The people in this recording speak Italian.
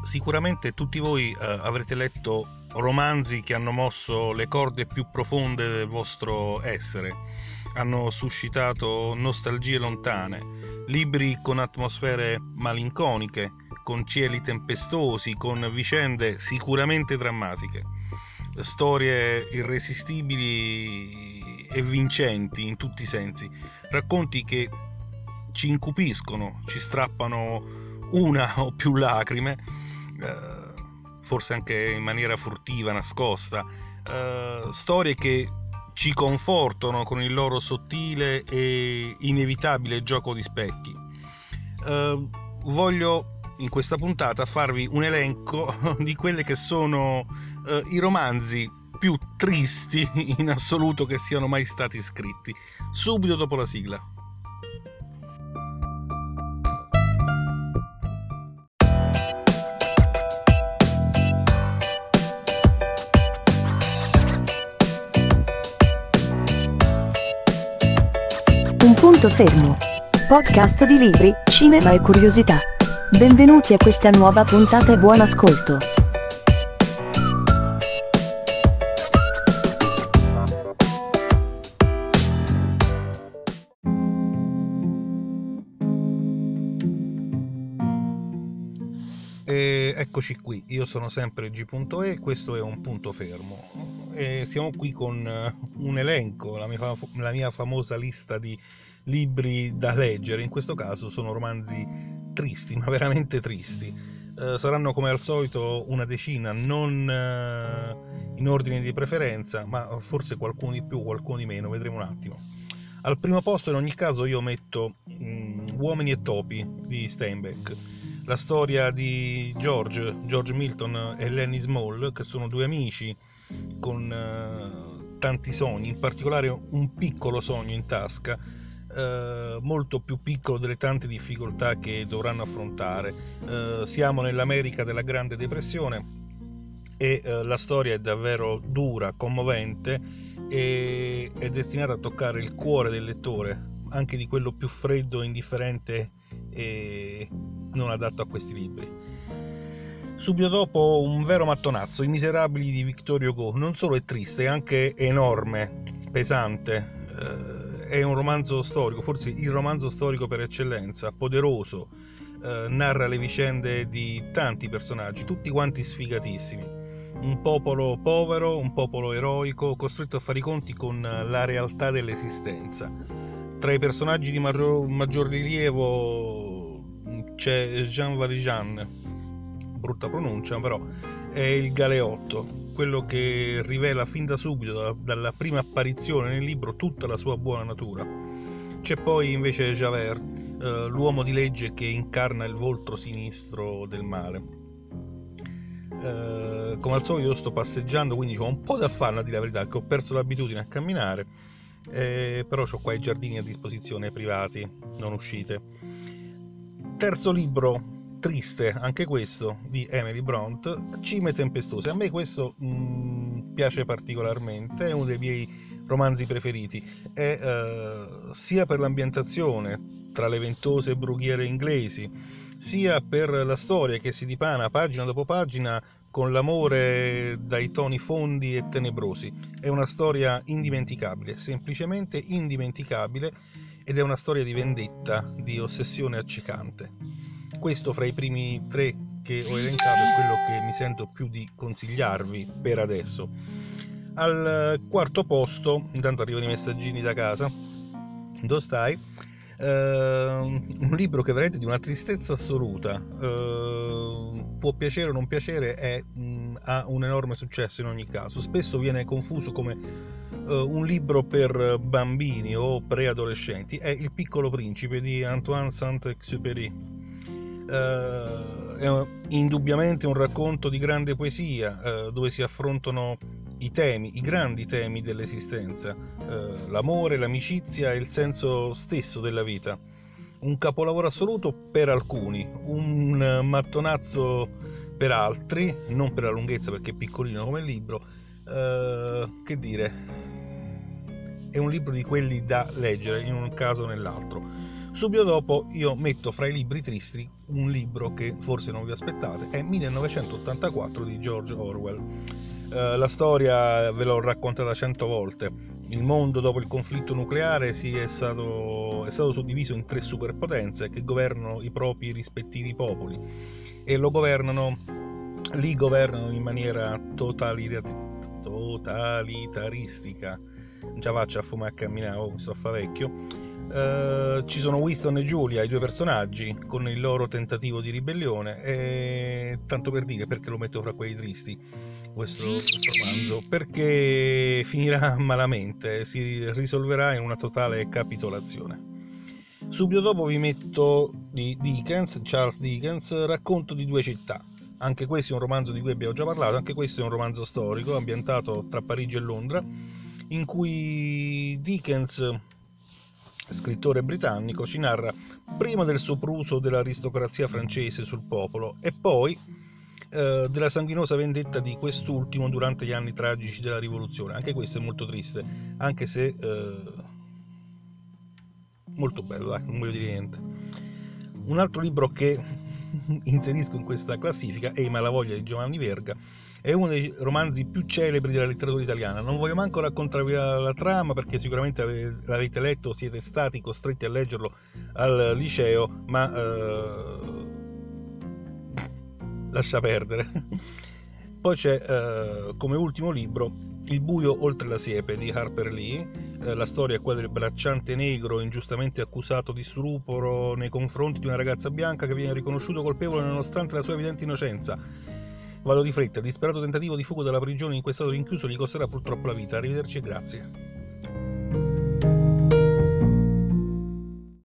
Sicuramente tutti voi avrete letto romanzi che hanno mosso le corde più profonde del vostro essere, hanno suscitato nostalgie lontane, libri con atmosfere malinconiche, con cieli tempestosi, con vicende sicuramente drammatiche, storie irresistibili e vincenti in tutti i sensi, racconti che ci incupiscono, ci strappano una o più lacrime, forse anche in maniera furtiva, nascosta, storie che ci confortano con il loro sottile e inevitabile gioco di specchi. Voglio in questa puntata farvi un elenco di quelle che sono i romanzi più tristi in assoluto che siano mai stati scritti, subito dopo la sigla. Un punto fermo. Podcast di libri, cinema e curiosità. Benvenuti a questa nuova puntata e buon ascolto. Eccoci qui, io sono sempre G.E, questo è un punto fermo e siamo qui con un elenco, la mia famosa lista di libri da leggere. In questo caso sono romanzi tristi, ma veramente tristi. Saranno come al solito una decina, non in ordine di preferenza, ma forse qualcuno di più, qualcuno di meno, vedremo un attimo. Al primo posto in ogni caso io metto Uomini e topi di Steinbeck, la storia di George Milton e Lenny Small, che sono due amici con tanti sogni, in particolare un piccolo sogno in tasca, molto più piccolo delle tante difficoltà che dovranno affrontare. Siamo nell'America della Grande Depressione e la storia è davvero dura, commovente e è destinata a toccare il cuore del lettore, anche di quello più freddo, indifferente e non adatto a questi libri. Subito dopo un vero mattonazzo, I Miserabili di Victor Hugo. Non solo è triste, è anche enorme, pesante, è un romanzo storico, forse il romanzo storico per eccellenza, poderoso, narra le vicende di tanti personaggi, tutti quanti sfigatissimi, un popolo povero, un popolo eroico, costretto a fare i conti con la realtà dell'esistenza. Tra i personaggi di maggior rilievo c'è Jean Valjean, brutta pronuncia, però è il galeotto, quello che rivela fin da subito, dalla prima apparizione nel libro, tutta la sua buona natura. C'è poi invece Javert, l'uomo di legge che incarna il volto sinistro del male. Come al solito io sto passeggiando, quindi ho un po' da fare, a dire la verità, che ho perso l'abitudine a camminare, però ho qua i giardini a disposizione privati, non uscite. Terzo libro, triste anche questo, di Emily Bront, Cime tempestose. A me questo piace particolarmente, è uno dei miei romanzi preferiti, sia per l'ambientazione tra le ventose brughiere inglesi, sia per la storia che si dipana pagina dopo pagina con l'amore dai toni fondi e tenebrosi. È una storia indimenticabile, semplicemente indimenticabile, ed è una storia di vendetta, di ossessione accecante. Questo fra i primi tre che ho elencato è quello che mi sento più di consigliarvi per adesso. Al quarto posto, intanto arrivano i messaggini da casa, dove stai? Un libro che veramente di una tristezza assoluta, può piacere o non piacere, ha un enorme successo in ogni caso. Spesso viene confuso come un libro per bambini o preadolescenti. È Il Piccolo Principe di Antoine Saint-Exupéry. È indubbiamente un racconto di grande poesia, dove si affrontano i grandi temi dell'esistenza, l'amore, l'amicizia e il senso stesso della vita. Un capolavoro assoluto per alcuni, un mattonazzo per altri, non per la lunghezza perché è piccolino come libro. Che dire, è un libro di quelli da leggere in un caso o nell'altro. Subito dopo io metto fra i libri tristi un libro che forse non vi aspettate, è 1984 di George Orwell. La storia ve l'ho raccontata 100 volte. Il mondo dopo il conflitto nucleare è stato suddiviso in 3 superpotenze che governano i propri rispettivi popoli e li governano in maniera totalitaristica. Non ce la faccio a fumare a camminare, mi sto a fa vecchio. Ci sono Winston e Julia, i 2 personaggi, con il loro tentativo di ribellione, e tanto per dire perché lo metto fra quelli tristi questo romanzo, perché finirà malamente, si risolverà in una totale capitolazione. Subito dopo vi metto di Charles Dickens, Racconto di 2 città. Anche questo è un romanzo di cui abbiamo già parlato, anche questo è un romanzo storico ambientato tra Parigi e Londra, in cui Dickens, scrittore britannico, ci narra prima del sopruso dell'aristocrazia francese sul popolo e poi della sanguinosa vendetta di quest'ultimo durante gli anni tragici della rivoluzione. Anche questo è molto triste, anche se molto bello, non voglio dire niente. Un altro libro che inserisco in questa classifica è I Malavoglia di Giovanni Verga. È uno dei romanzi più celebri della letteratura italiana. Non voglio manco raccontarvi la trama, perché sicuramente l'avete letto, siete stati costretti a leggerlo al liceo, ma lascia perdere. Poi c'è come ultimo libro Il buio oltre la siepe di Harper Lee. La storia è quella del bracciante negro ingiustamente accusato di stupro nei confronti di una ragazza bianca che viene riconosciuto colpevole nonostante la sua evidente innocenza. Vado di fretta, disperato tentativo di fuga dalla prigione in cui è stato rinchiuso gli costerà purtroppo la vita. Arrivederci e grazie.